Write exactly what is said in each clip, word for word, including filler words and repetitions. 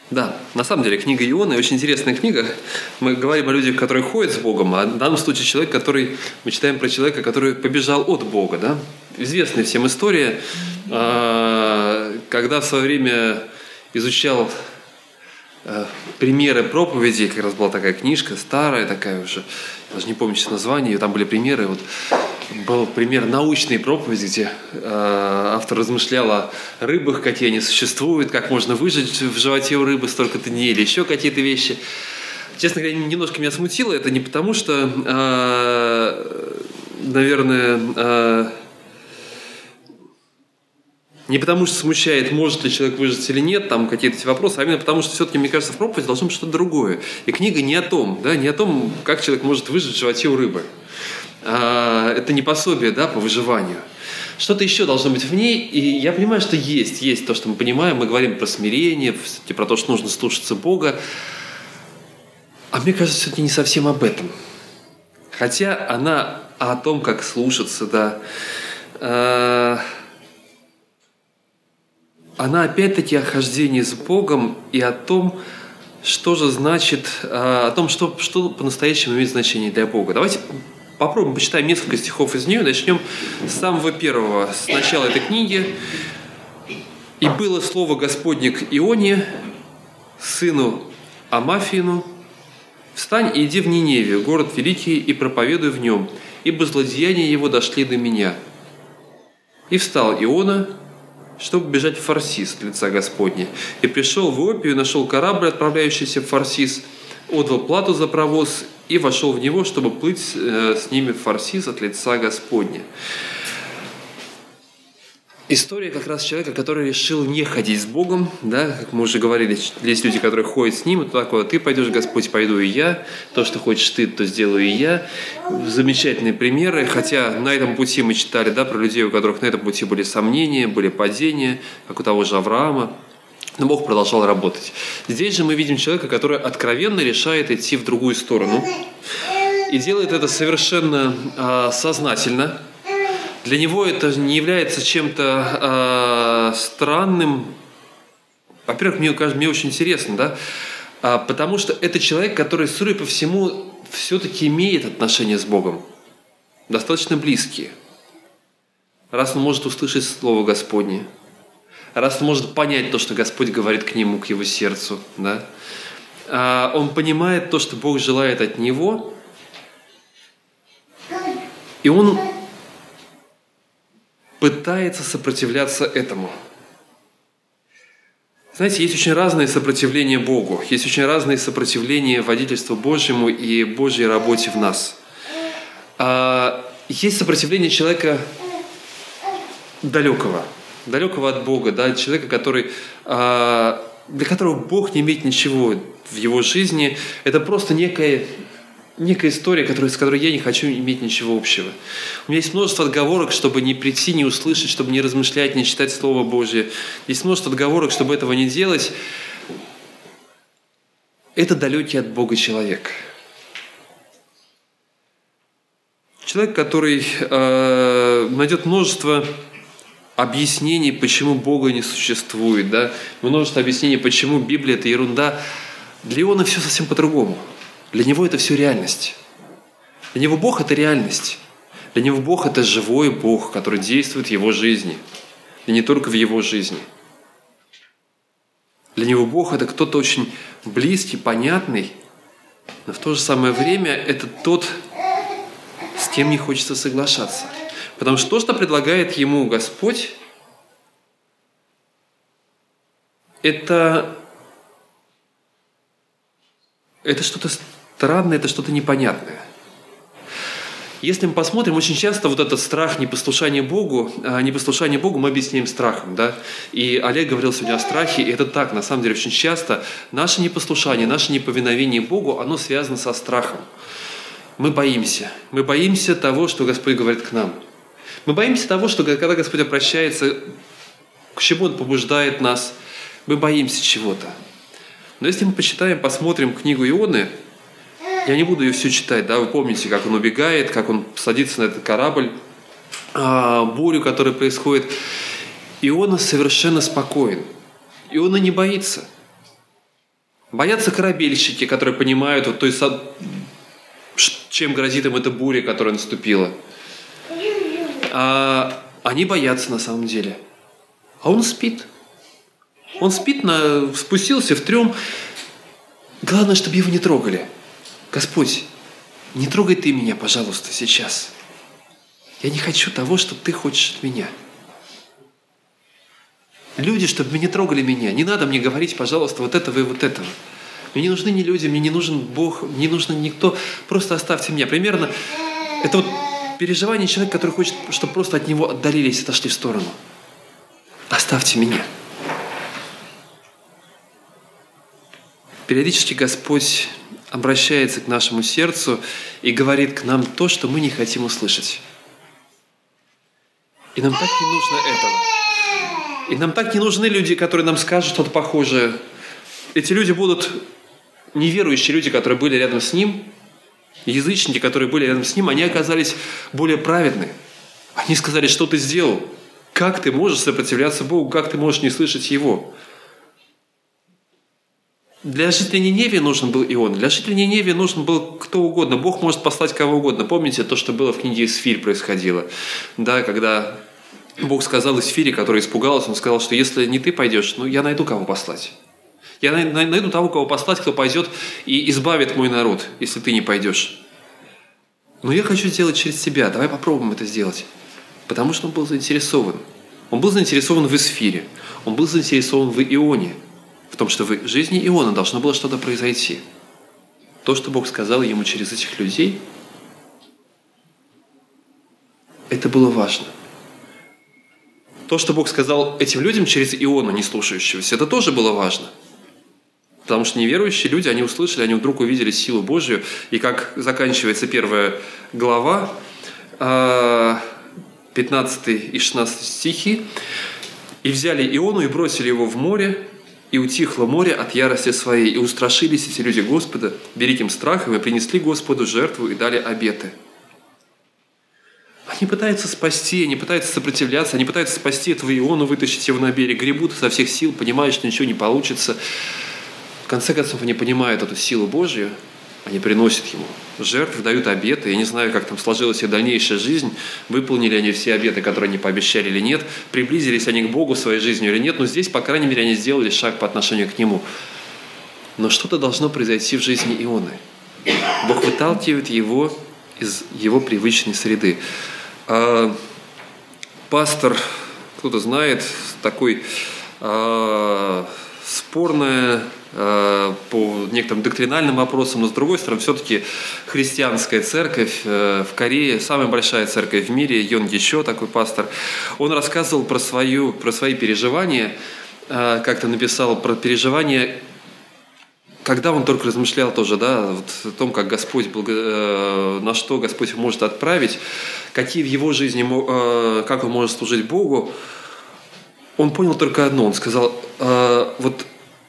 Да, на самом деле книга Ионы очень интересная книга. Мы говорим о людях, которые ходят с Богом, а в данном случае человек, который мы читаем про человека, который побежал от Бога, да? Известная всем история, когда в свое время изучал примеры проповедей, как раз была такая книжка, старая такая уже, даже не помню сейчас название, там были примеры. Вот был пример научной проповеди, где э, автор размышлял о рыбах, какие они существуют, как можно выжить в животе у рыбы столько-то дней, или еще какие-то вещи. Честно говоря, немножко меня смутило это не потому, что, э, наверное, э, не потому, что смущает, может ли человек выжить или нет, там какие-то эти вопросы, а именно потому, что все-таки, мне кажется, в проповеди должно быть что-то другое. И книга не о том, да, не о том, как человек может выжить в животе у рыбы. А, это не пособие, да, по выживанию. Что-то еще должно быть в ней, и я понимаю, что есть, есть то, что мы понимаем, мы говорим про смирение, про то, что нужно слушаться Бога. А мне кажется, все-таки не совсем об этом. Хотя она о том, как слушаться, да. А, она опять-таки о хождении с Богом и о том, что же значит, о том, что, что по-настоящему имеет значение для Бога. Давайте попробуем почитаем несколько стихов из нее. Начнем с самого первого, с начала этой книги. «И было слово Господне к Ионе, сыну Амафину: встань и иди в Ниневию, город великий, и проповедуй в нем, ибо злодеяния его дошли до меня. И встал Иона, чтобы бежать в Фарсис от лица Господня. И пришел в Иопию, нашел корабль, отправляющийся в Фарсис, отдал плату за провоз и вошел в него, чтобы плыть с ними в Фарсис от лица Господня». История как раз человека, который решил не ходить с Богом, да, как мы уже говорили, есть люди, которые ходят с Ним, и то такое: ты пойдешь, Господь, пойду и я, то, что хочешь ты, то сделаю и я. Замечательные примеры, хотя на этом пути мы читали, да, про людей, у которых на этом пути были сомнения, были падения, как у того же Авраама, но Бог продолжал работать. Здесь же мы видим человека, который откровенно решает идти в другую сторону, и делает это совершенно э, сознательно. Для него это не является чем-то э, странным. Во-первых, мне кажется, мне очень интересно, да, а, потому что это человек, который, судя по всему, все-таки имеет отношения с Богом, достаточно близкие. Раз он может услышать Слово Господне, раз он может понять то, что Господь говорит к нему, к его сердцу, да, а, он понимает то, что Бог желает от него, и он пытается сопротивляться этому. Знаете, есть очень разные сопротивления Богу, есть очень разные сопротивления водительству Божьему и Божьей работе в нас. Есть сопротивление человека далекого, далекого от Бога, да, человека, который, для которого Бог не имеет ничего в его жизни. Это просто некая Некая история, которая, с которой я не хочу иметь ничего общего. У меня есть множество отговорок, чтобы не прийти, не услышать, чтобы не размышлять, не читать Слово Божье. Есть множество отговорок, чтобы этого не делать. Это далекий от Бога человек. Человек, который э, найдет множество объяснений, почему Бога не существует, да? Множество объяснений, почему Библия – это ерунда. Для Иона все совсем по-другому. Для него это все реальность. Для него Бог – это реальность. Для него Бог – это живой Бог, который действует в его жизни. И не только в его жизни. Для него Бог – это кто-то очень близкий, понятный, но в то же самое время это тот, с кем не хочется соглашаться. Потому что то, что предлагает ему Господь, это, это что-то странное, это что-то непонятное. Если мы посмотрим, очень часто вот этот страх непослушания Богу, непослушание Богу мы объясняем страхом, да? И Олег говорил сегодня о страхе, и это так, на самом деле, очень часто наше непослушание, наше неповиновение Богу, оно связано со страхом. Мы боимся. Мы боимся того, что Господь говорит к нам. Мы боимся того, что когда Господь обращается, к чему Он побуждает нас, мы боимся чего-то. Но если мы почитаем, посмотрим книгу Ионы, я не буду ее всю читать, да, вы помните, как он убегает, как он садится на этот корабль, бурю, которая происходит. Иона совершенно спокоен. Иона не боится. Боятся корабельщики, которые понимают, вот, то есть, чем грозит им эта буря, которая наступила. А они боятся на самом деле. А он спит. Он спит, на, спустился в трюм. Главное, чтобы его не трогали. Господь, не трогай ты меня, пожалуйста, сейчас. Я не хочу того, что ты хочешь от меня. Люди, чтобы не трогали меня. Не надо мне говорить, пожалуйста, вот этого и вот этого. Мне не нужны ни люди, мне не нужен Бог, мне не нужен никто. Просто оставьте меня. Примерно это вот переживание человека, который хочет, чтобы просто от него отдалились и отошли в сторону. Оставьте меня. Периодически Господь обращается к нашему сердцу и говорит к нам то, что мы не хотим услышать. И нам так не нужно этого. И нам так не нужны люди, которые нам скажут что-то похожее. Эти люди будут неверующие люди, которые были рядом с Ним, язычники, которые были рядом с Ним, они оказались более праведны. Они сказали, что ты сделал? Как ты можешь сопротивляться Богу? Как ты можешь не слышать Его? Для жителей Ниневии нужен был Иона. Для жителей Ниневии нужен был кто угодно. Бог может послать кого угодно. Помните то, что было в книге Исфирь происходило? Да, когда Бог сказал Исфире, который испугался, Он сказал, что если не ты пойдешь, ну я найду кого послать. Я найду того, кого послать, кто пойдет и избавит мой народ, если ты не пойдешь. Но я хочу сделать через тебя. Давай попробуем это сделать. Потому что он был заинтересован. Он был заинтересован в Исфире. Он был заинтересован в Ионе. В том, что в жизни Иона должно было что-то произойти. То, что Бог сказал ему через этих людей, это было важно. То, что Бог сказал этим людям через Иона, не слушающегося, это тоже было важно. Потому что неверующие люди, они услышали, они вдруг увидели силу Божью. И как заканчивается первая глава, пятнадцатый и шестнадцатый стихи. «И взяли Иону и бросили его в море, и утихло море от ярости своей, и устрашились эти люди Господа великим страхом, и принесли Господу жертву и дали обеты». Они пытаются спасти, они пытаются сопротивляться, они пытаются спасти этого Иону, вытащить его на берег, гребут изо всех сил, понимая, что ничего не получится. В конце концов, они понимают эту силу Божью, они приносят ему жертвы, дают обеты. Я не знаю, как там сложилась их дальнейшая жизнь, выполнили они все обеты, которые они пообещали или нет, приблизились они к Богу своей жизнью или нет, но здесь, по крайней мере, они сделали шаг по отношению к Нему. Но что-то должно произойти в жизни Ионы. Бог выталкивает его из его привычной среды. А, пастор, кто-то знает, такой а, спорная а, по некоторым доктринальным вопросам, но с другой стороны, все-таки христианская церковь а, в Корее, самая большая церковь в мире, Йон Гичо, такой пастор, он рассказывал про, свою, про свои переживания, а, как-то написал про переживания, когда он только размышлял тоже, да, вот о том, как Господь, благо... на что Господь может отправить, какие в его жизни, как он может служить Богу, он понял только одно. Он сказал, вот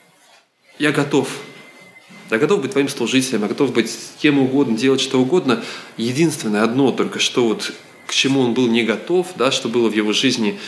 я готов, я готов быть твоим служителем, я готов быть кем угодно, делать что угодно. Единственное одно только, что вот к чему он был не готов, да, что было в его жизни,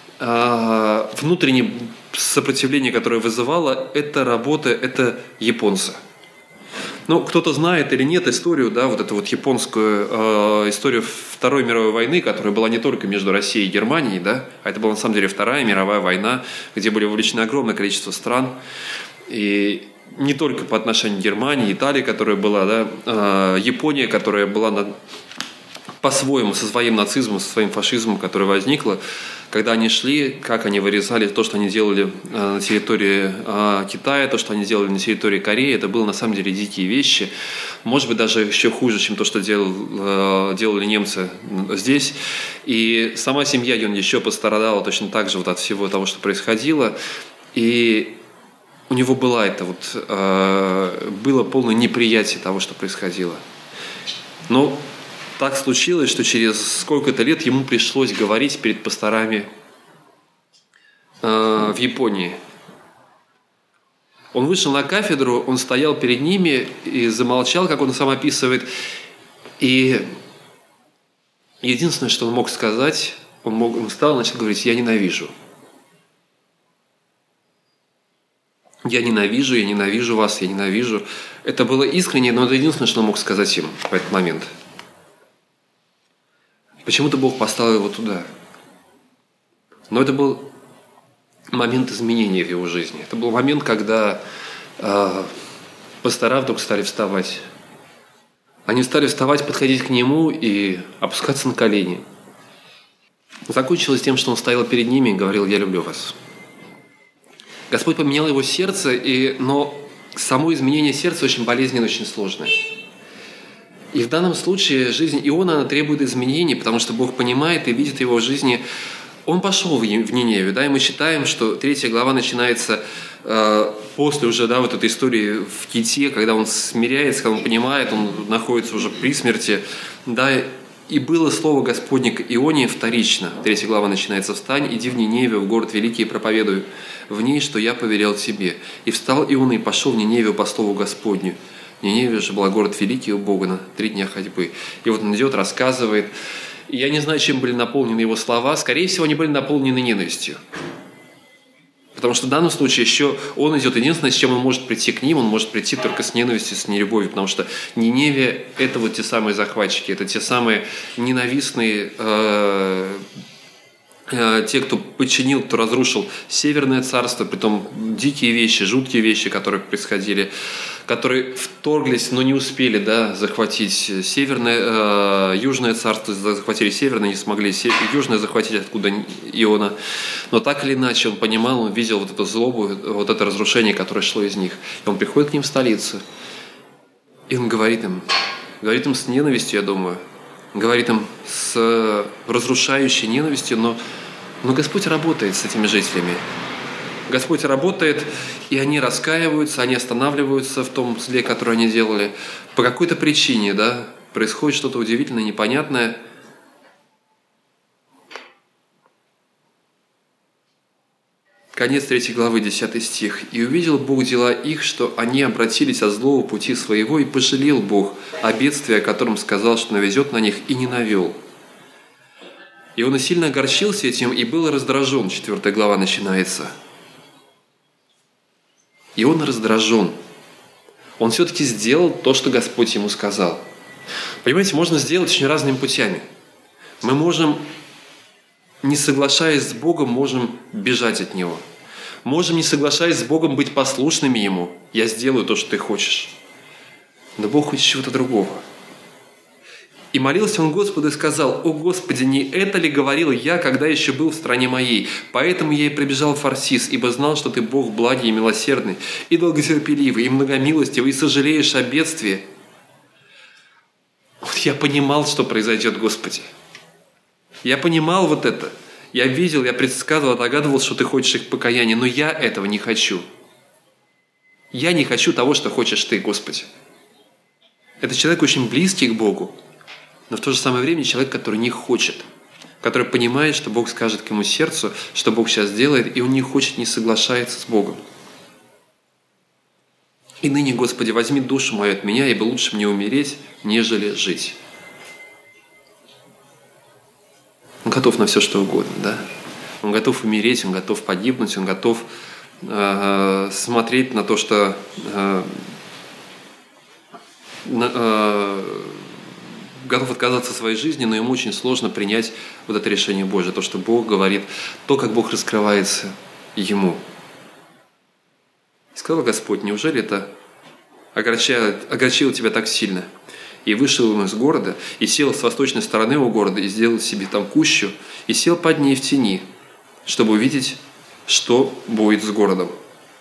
внутреннее сопротивление, которое вызывало, это работа, это японцы. Ну, кто-то знает или нет историю, да, вот эту вот японскую э, историю Второй мировой войны, которая была не только между Россией и Германией, да, а это была на самом деле Вторая мировая война, где были вовлечены огромное количество стран, и не только по отношению к Германии, Италии, которая была, да, э, Япония, которая была на, по-своему, со своим нацизмом, со своим фашизмом, который возникла, когда они шли, как они вырезали то, что они делали на территории Китая, то, что они делали на территории Кореи, это было на самом деле дикие вещи. Может быть, даже еще хуже, чем то, что делал, делали немцы здесь. И сама семья Йон еще пострадала точно так же вот от всего того, что происходило. И у него была это вот, было полное неприятие того, что происходило. Но так случилось, что через сколько-то лет ему пришлось говорить перед пасторами э, в Японии. Он вышел на кафедру, он стоял перед ними и замолчал, как он сам описывает. И единственное, что он мог сказать, он, мог, он встал и начал говорить: «Я ненавижу». Я ненавижу, я ненавижу вас, я ненавижу. Это было искренне, но это единственное, что он мог сказать им в этот момент. Почему-то Бог поставил его туда. Но это был момент изменения в его жизни. Это был момент, когда э, пастора вдруг стали вставать. Они стали вставать, подходить к нему и опускаться на колени. Закончилось тем, что он стоял перед ними и говорил: «Я люблю вас». Господь поменял его сердце, и, но само изменение сердца очень болезненное, очень сложное. И в данном случае жизнь Иона, она требует изменений, потому что Бог понимает и видит его в жизни. Он пошел в Ниневию, да, и мы считаем, что третья глава начинается э, после уже, да, вот этой истории в Ките, когда он смиряется, когда он понимает, он находится уже при смерти, да, и было слово Господне к Ионе вторично. Третья глава начинается: «Встань, иди в Ниневию, в город великий, и проповедуй в ней, что я повелел тебе. И встал Иона и пошел в Ниневию по слову Господню». Ниневия же была город великий у Бога на три дня ходьбы. И вот он идет, рассказывает. И я не знаю, чем были наполнены его слова. Скорее всего, они были наполнены ненавистью. Потому что в данном случае еще он идет. Единственное, с чем он может прийти к ним, он может прийти только с ненавистью, с нелюбовью. Потому что Ниневия – это вот те самые захватчики, это те самые ненавистные, э, э, те, кто подчинил, кто разрушил Северное царство, притом дикие вещи, жуткие вещи, которые происходили, которые вторглись, но не успели, да, захватить Северное, э, Южное царство, захватили Северное, не смогли Южное захватить, откуда Иона. Но так или иначе он понимал, он видел вот эту злобу, вот это разрушение, которое шло из них. И он приходит к ним в столицу, и он говорит им, говорит им с ненавистью, я думаю, говорит им с разрушающей ненавистью, но, но Господь работает с этими жителями. Господь работает, и они раскаиваются, они останавливаются в том зле, которое они делали. По какой-то причине, да, происходит что-то удивительное, непонятное. Конец третьей главы, десятый стих. «И увидел Бог дела их, что они обратились от злого пути своего, и пожалел Бог о бедствии, о котором сказал, что навезет на них, и не навел. И он и сильно огорчился этим, и был раздражен». Четвертая глава начинается. И он раздражен. Он все-таки сделал то, что Господь ему сказал. Понимаете, можно сделать очень разными путями. Мы можем, не соглашаясь с Богом, можем бежать от Него. Можем, не соглашаясь с Богом, быть послушными Ему. Я сделаю то, что ты хочешь. Но Бог хочет чего-то другого. И молился он Господу и сказал: «О Господи, не это ли говорил я, когда еще был в стране моей? Поэтому я и прибежал в Фарсис, ибо знал, что ты Бог благий и милосердный, и долготерпеливый, и многомилостивый, и сожалеешь о бедствии». Вот я понимал, что произойдет, Господи. Я понимал вот это. Я видел, я предсказывал, догадывался, что ты хочешь их покаяния, но я этого не хочу. Я не хочу того, что хочешь ты, Господи. Это человек очень близкий к Богу, но в то же самое время человек, который не хочет, который понимает, что Бог скажет к ему сердцу, что Бог сейчас делает, и он не хочет, не соглашается с Богом. «И ныне, Господи, возьми душу мою от меня, ибо лучше мне умереть, нежели жить». Он готов на все, что угодно, да? Он готов умереть, он готов погибнуть, он готов э, смотреть на то, что э, на, э, готов отказаться от своей жизни, но ему очень сложно принять вот это решение Божие, то, что Бог говорит, то, как Бог раскрывается ему. И сказал Господь: «Неужели это огорчает, огорчило тебя так сильно?» И вышел он из города, и сел с восточной стороны у города, и сделал себе там кущу, и сел под ней в тени, чтобы увидеть, что будет с городом.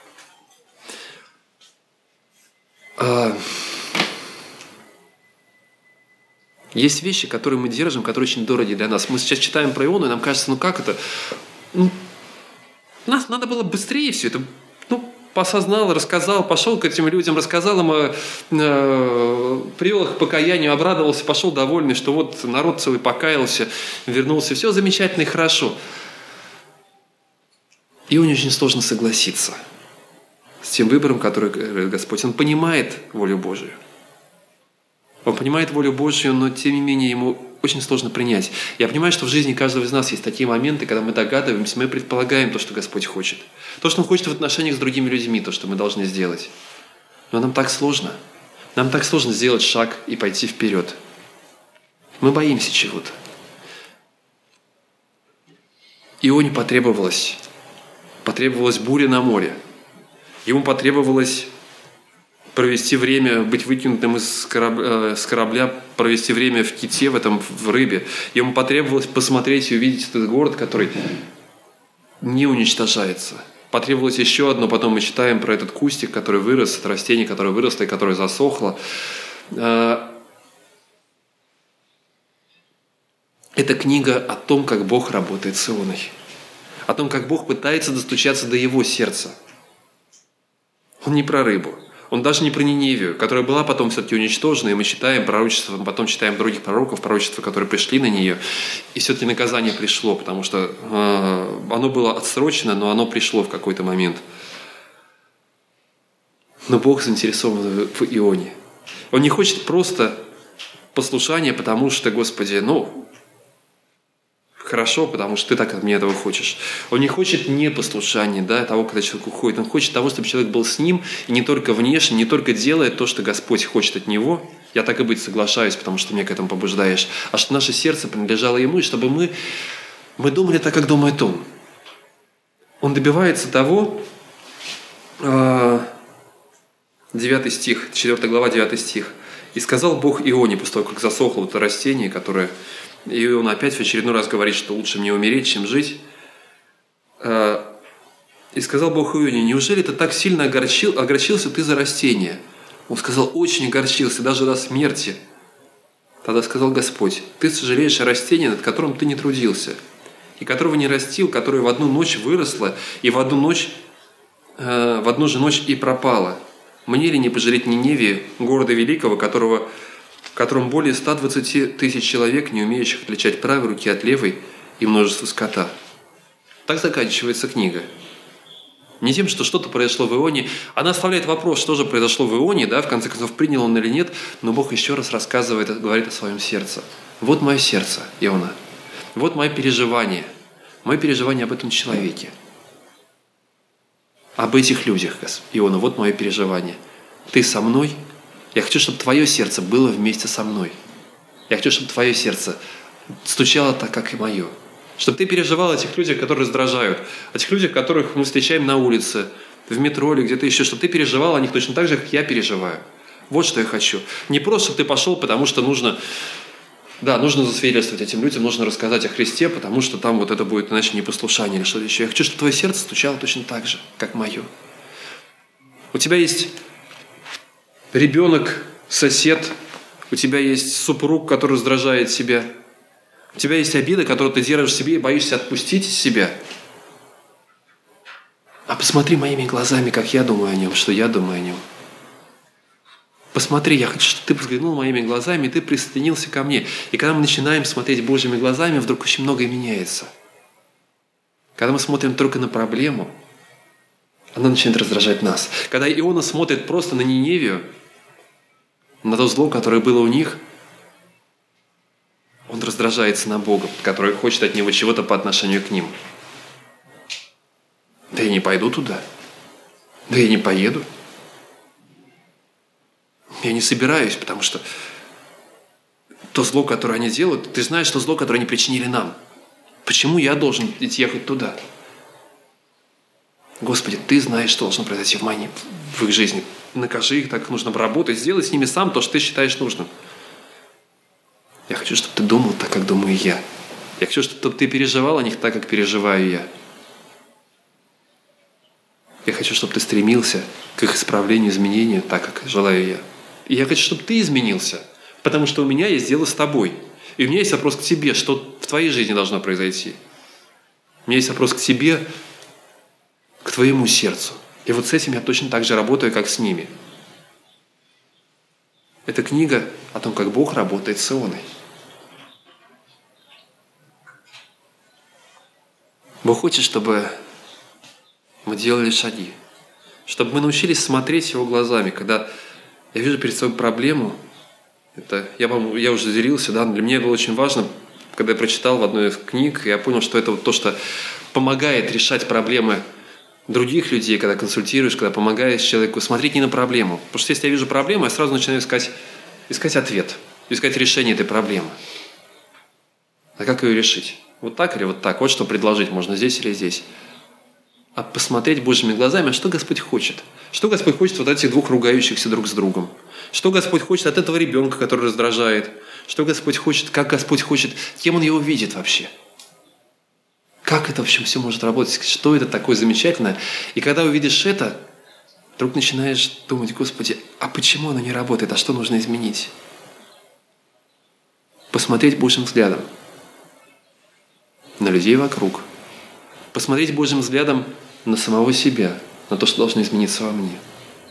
А... Есть вещи, которые мы держим, которые очень дороги для нас. Мы сейчас читаем про Иону, и нам кажется, ну как это? Ну, нас надо было быстрее все это, ну, посознал, рассказал, пошел к этим людям, рассказал им, э, привел их к покаянию, обрадовался, пошел довольный, что вот народ целый покаялся, вернулся. Все замечательно и хорошо. И он очень сложно согласиться с тем выбором, который говорит Господь. Он понимает волю Божию. Он понимает волю Божью, но тем не менее ему очень сложно принять. Я понимаю, что в жизни каждого из нас есть такие моменты, когда мы догадываемся, мы предполагаем то, что Господь хочет. То, что Он хочет в отношениях с другими людьми, то, что мы должны сделать. Но нам так сложно. Нам так сложно сделать шаг и пойти вперед. Мы боимся чего-то. Ионе потребовалось, потребовалась буря на море. Ему потребовалось провести время, быть выкинутым из корабля, с корабля, провести время в ките, в этом, в рыбе. Ему потребовалось посмотреть и увидеть этот город, который не уничтожается. Потребовалось еще одно, потом мы читаем про этот кустик, который вырос, это растение, которое выросло и которое засохло. Это книга о том, как Бог работает с Ионой. О том, как Бог пытается достучаться до его сердца. Он не про рыбу. Он даже не про Ниневию, которая была потом все-таки уничтожена, и мы читаем пророчества, мы потом читаем других пророков, пророчества, которые пришли на нее, и все-таки наказание пришло, потому что э, оно было отсрочено, но оно пришло в какой-то момент. Но Бог заинтересован в Ионе. Он не хочет просто послушания, потому что, Господи, ну, хорошо, потому что ты так от меня этого хочешь. Он не хочет непослушания, да, того, когда человек уходит. Он хочет того, чтобы человек был с ним, и не только внешне, не только делая то, что Господь хочет от него. Я так и быть соглашаюсь, потому что меня к этому побуждаешь. А что наше сердце принадлежало Ему, и чтобы мы, мы думали так, как думает Он. Он добивается того, девятый стих, четвёртая глава, девятый стих. «И сказал Бог Ионе, после того, как засохло это растение, которое...» И он опять в очередной раз говорит, что лучше мне умереть, чем жить. И сказал Бог Ионе: неужели ты так сильно огорчил, огорчился ты за растение? Он сказал: очень огорчился, даже до смерти. Тогда сказал Господь: ты сожалеешь о растении, над которым ты не трудился, и которого не растил, которое в одну ночь выросло, и в одну ночь, в одну же ночь и пропало. Мне ли не пожалеть Ниневии, города великого, которого... в котором более ста двадцати тысяч человек, не умеющих отличать правой руки от левой, и множество скота». Так заканчивается книга. Не тем, что что-то произошло в Ионе. Она оставляет вопрос, что же произошло в Ионе, да, в конце концов, принял он или нет, но Бог еще раз рассказывает, говорит о своем сердце. Вот мое сердце, Иона. Вот мое переживание. Мое переживание об этом человеке. Об этих людях, Иона, вот мое переживание. Ты со мной? Я хочу, чтобы твое сердце было вместе со мной. Я хочу, чтобы твое сердце стучало так, как и мое. Чтобы ты переживал о тех людях, которые раздражают, о тех людях, которых мы встречаем на улице, в метро или где-то еще, чтобы ты переживал о них точно так же, как я переживаю. Вот что я хочу. Не просто, чтобы ты пошел, потому что нужно, да, нужно засвидетельствовать этим людям, нужно рассказать о Христе, потому что там вот это будет иначе непослушание или что-то еще. Я хочу, чтобы твое сердце стучало точно так же, как мое. У тебя есть ребенок, сосед, у тебя есть супруг, который раздражает себя, у тебя есть обида, которую ты держишь в себе и боишься отпустить из себя. А посмотри моими глазами, как я думаю о нем, что я думаю о нем. Посмотри, я хочу, чтобы ты взглянул моими глазами, и ты присоединился ко мне. И когда мы начинаем смотреть Божьими глазами, вдруг очень многое меняется. Когда мы смотрим только на проблему, она начинает раздражать нас. Когда Иона смотрит просто на Ниневию, на то зло, которое было у них, он раздражается на Бога, который хочет от него чего-то по отношению к ним. Да я не пойду туда. Да я не поеду. Я не собираюсь, потому что то зло, которое они делают, ты знаешь, то зло, которое они причинили нам. Почему я должен идти ехать туда? Господи, ты знаешь, что должно произойти в, моей, в их жизни. Накажи их, так нужно работать, сделай с ними сам то, что ты считаешь нужным. Я хочу, чтобы ты думал так, как думаю я. Я хочу, чтобы ты переживал о них так, как переживаю я. Я хочу, чтобы ты стремился к их исправлению, изменению, так, как желаю я. И я хочу, чтобы ты изменился, потому что у меня есть дело с тобой. И у меня есть вопрос к тебе, что в твоей жизни должно произойти. У меня есть вопрос к тебе, к твоему сердцу. И вот с этим я точно так же работаю, как с ними. Это книга о том, как Бог работает с Ионой. Бог хочет, чтобы мы делали шаги, чтобы мы научились смотреть Его глазами. Когда я вижу перед собой проблему, Это, я, по-моему, я уже делился, да, для меня было очень важно, когда я прочитал в одной из книг, я понял, что это вот то, что помогает решать проблемы других людей, когда консультируешь, когда помогаешь человеку смотреть не на проблему. Потому что если я вижу проблему, я сразу начинаю искать, искать ответ, искать решение этой проблемы. А как ее решить? Вот так или вот так? Вот что предложить можно здесь или здесь. А посмотреть Божьими глазами, а что Господь хочет? Что Господь хочет от этих двух ругающихся друг с другом? Что Господь хочет от этого ребенка, который раздражает? Что Господь хочет, как Господь хочет, кем Он его видит вообще? Как это, в общем, все может работать? Что это такое замечательное? И когда увидишь это, вдруг начинаешь думать: Господи, а почему оно не работает? А что нужно изменить? Посмотреть Божьим взглядом на людей вокруг. Посмотреть Божьим взглядом на самого себя, на то, что должно измениться во мне.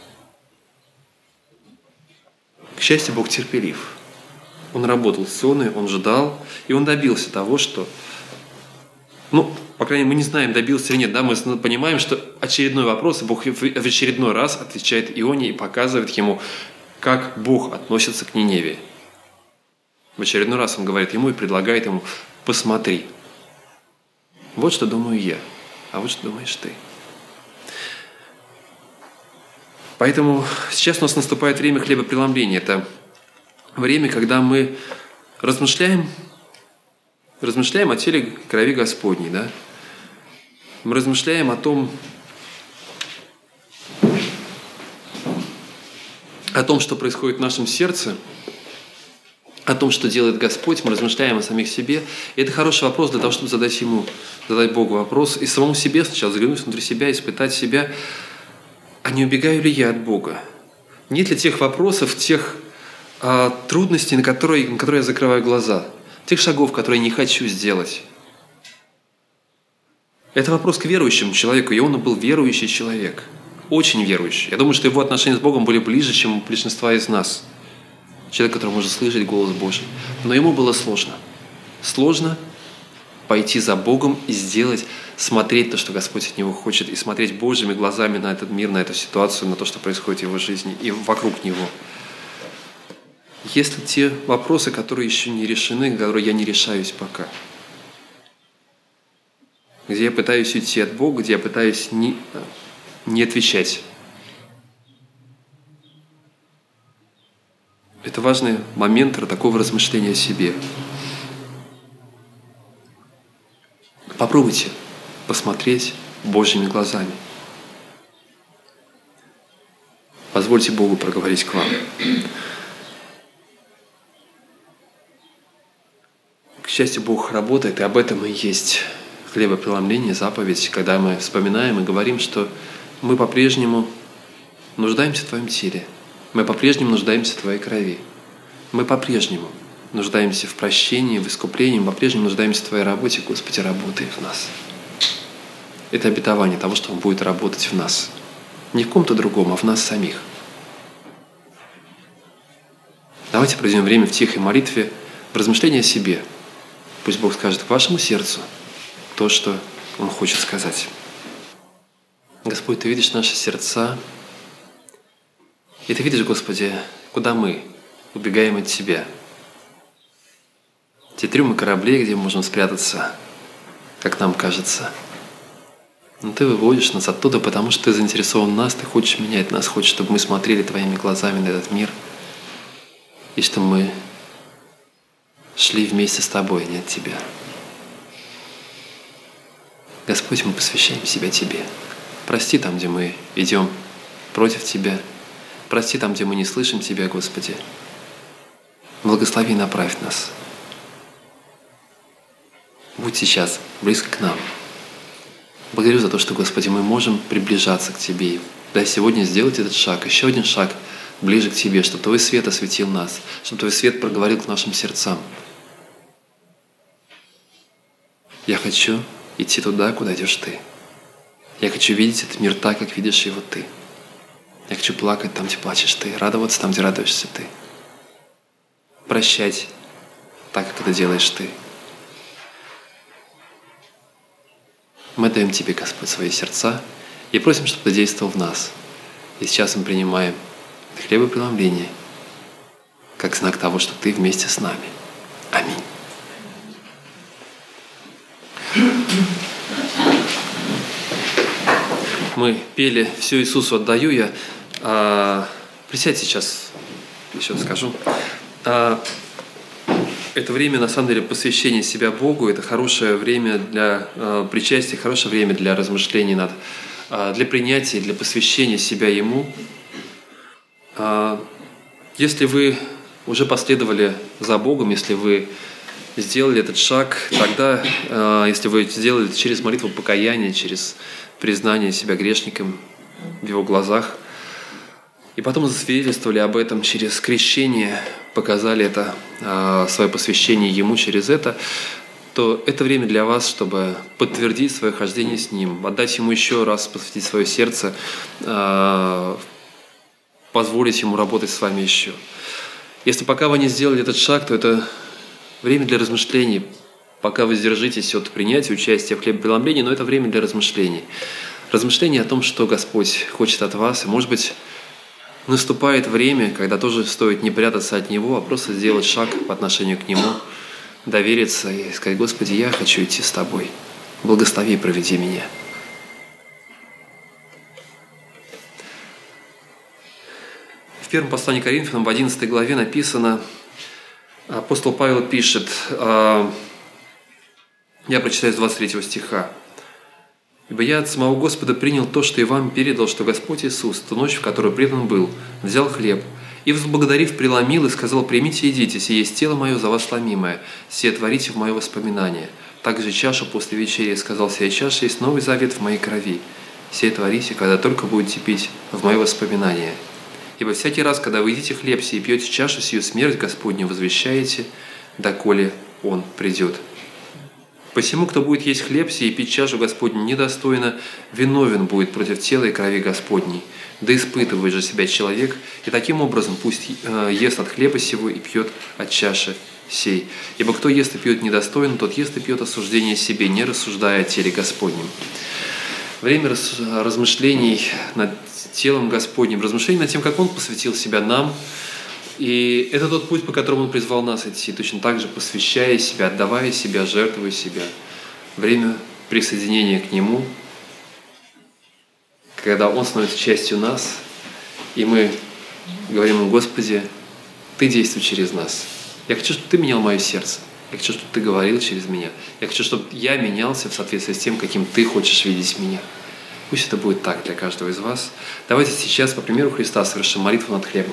К счастью, Бог терпелив. Он работал с Ионой, Он ждал, и Он добился того, что... Ну, по крайней мере, мы не знаем, добился или нет, да, мы понимаем, что очередной вопрос, Бог в очередной раз отвечает Ионе и показывает ему, как Бог относится к Ниневии. В очередной раз Он говорит ему и предлагает ему: посмотри. Вот что думаю я, а вот что думаешь ты. Поэтому сейчас у нас наступает время хлебопреломления. Это время, когда мы размышляем, размышляем о теле и крови Господней. Да? Мы размышляем о том, о том, что происходит в нашем сердце, о том, что делает Господь, мы размышляем о самих себе. И это хороший вопрос для того, чтобы задать Ему, задать Богу вопрос, и самому себе сначала заглянуть внутрь себя, испытать себя, а не убегаю ли я от Бога? Нет ли тех вопросов, тех а, трудностей, на которые, на которые я закрываю глаза, тех шагов, которые я не хочу сделать? Это вопрос к верующему человеку. Иона был верующий человек, очень верующий. Я думаю, что его отношения с Богом были ближе, чем у большинства из нас. Человек, который может слышать голос Божий. Но ему было сложно. Сложно пойти за Богом и сделать, смотреть то, что Господь от него хочет, и смотреть Божьими глазами на этот мир, на эту ситуацию, на то, что происходит в его жизни и вокруг него. Есть ли те вопросы, которые еще не решены, которые я не решаюсь пока? Где я пытаюсь уйти от Бога, где я пытаюсь не, не отвечать. Это важный момент такого размышления о себе. Попробуйте посмотреть Божьими глазами. Позвольте Богу проговорить к вам. К счастью, Бог работает, и об этом и есть хлебопреломление, заповедь, когда мы вспоминаем и говорим, что мы по-прежнему нуждаемся в Твоем теле. Мы по-прежнему нуждаемся в Твоей крови. Мы по-прежнему нуждаемся в прощении, в искуплении, мы по-прежнему нуждаемся в Твоей работе. Господи, работай в нас. Это обетование того, что Он будет работать в нас. Не в ком-то другом, а в нас самих. Давайте проведем время в тихой молитве, в размышлении о себе. Пусть Бог скажет к вашему сердцу то, что Он хочет сказать. Господь, Ты видишь наши сердца, и Ты видишь, Господи, куда мы убегаем от Тебя. Те трюмы кораблей, где мы можем спрятаться, как нам кажется. Но Ты выводишь нас оттуда, потому что Ты заинтересован в нас, Ты хочешь менять нас, хочешь, чтобы мы смотрели Твоими глазами на этот мир, и чтобы мы шли вместе с Тобой, а не от Тебя. Господь, мы посвящаем себя Тебе. Прости там, где мы идем против Тебя. Прости там, где мы не слышим Тебя, Господи. Благослови и направь нас. Будь сейчас близко к нам. Благодарю за то, что, Господи, мы можем приближаться к Тебе. Дай сегодня сделать этот шаг, еще один шаг ближе к Тебе, чтобы Твой свет осветил нас, чтобы Твой свет проговорил к нашим сердцам. Я хочу идти туда, куда идешь Ты. Я хочу видеть этот мир так, как видишь его Ты. Я хочу плакать там, где плачешь Ты, радоваться там, где радуешься Ты. Прощать так, как это делаешь Ты. Мы даем Тебе, Господь, свои сердца и просим, чтобы Ты действовал в нас. И сейчас мы принимаем хлебопреломление как знак того, что Ты вместе с нами. Аминь. Мы пели «Все Иисусу отдаю я». А, присядь сейчас, еще скажу. А, это время, на самом деле, посвящения себя Богу. Это хорошее время для а, причастия, хорошее время для размышлений над, а, для принятия, для посвящения себя Ему. А, если вы уже последовали за Богом, если вы сделали этот шаг, тогда, а, если вы сделали это через молитву покаяния, через признание себя грешником в Его глазах, и потом засвидетельствовали об этом через крещение, показали это, э, свое посвящение Ему через это, то это время для вас, чтобы подтвердить свое хождение с Ним, отдать Ему еще раз, посвятить свое сердце, э, позволить Ему работать с вами еще. Если пока вы не сделали этот шаг, то это время для размышлений, пока вы сдержитесь от принятия участия в хлебопреломлении, но это время для размышлений. Размышления о том, что Господь хочет от вас, и, может быть, наступает время, когда тоже стоит не прятаться от Него, а просто сделать шаг по отношению к Нему, довериться и сказать: «Господи, я хочу идти с Тобой. Благослови и проведи меня». В первом послании к Коринфянам, в одиннадцатой главе написано, апостол Павел пишет, я прочитаю с двадцать третьего стиха. «Ибо я от самого Господа принял то, что и вам передал, что Господь Иисус, ту ночь, в которую предан был, взял хлеб, и, возблагодарив, преломил и сказал: примите и едите, сие есть тело мое за вас ломимое, сие творите в мое воспоминание. Также чашу после вечери сказал: сия чаша есть новый завет в моей крови, сие творите, когда только будете пить в мое воспоминание. Ибо всякий раз, когда вы едите хлеб сей и пьете чашу сию, смерть Господню возвещаете, доколе Он придет. Посему, кто будет есть хлеб сей и пить чашу Господню недостойно, виновен будет против тела и крови Господней. Да испытывает же себя человек, и таким образом пусть ест от хлеба сего и пьет от чаши сей. Ибо кто ест и пьет недостойно, тот ест и пьет осуждение себе, не рассуждая о теле Господнем». Время размышлений над телом Господним, размышлений над тем, как Он посвятил себя нам. И это тот путь, по которому Он призвал нас идти, точно так же посвящая себя, отдавая себя, жертвуя себя. Время присоединения к Нему, когда Он становится частью нас, и мы говорим Ему: «Господи, Ты действуй через нас. Я хочу, чтобы Ты менял мое сердце. Я хочу, чтобы Ты говорил через меня. Я хочу, чтобы я менялся в соответствии с тем, каким Ты хочешь видеть меня». Пусть это будет так для каждого из вас. Давайте сейчас, по примеру Христа, совершим молитву над хлебом.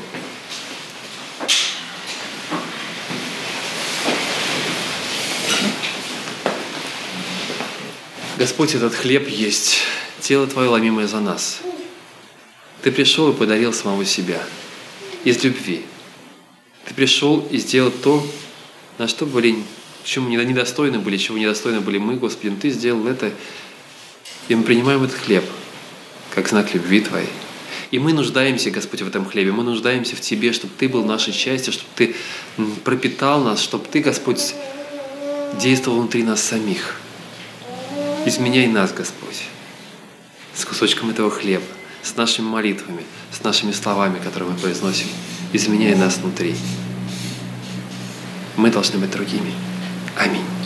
Господь, этот хлеб есть тело Твое, ломимое за нас. Ты пришел и подарил самого себя из любви. Ты пришел и сделал то, на что были, чему недостойны были, чего недостойны были мы, Господи. Но Ты сделал это, и мы принимаем этот хлеб как знак любви Твоей. И мы нуждаемся, Господь, в этом хлебе. Мы нуждаемся в Тебе, чтобы Ты был нашей частью, чтобы Ты пропитал нас, чтобы Ты, Господь, действовал внутри нас самих. Изменяй нас, Господь, с кусочком этого хлеба, с нашими молитвами, с нашими словами, которые мы произносим. Изменяй нас внутри. Мы должны быть другими. Аминь.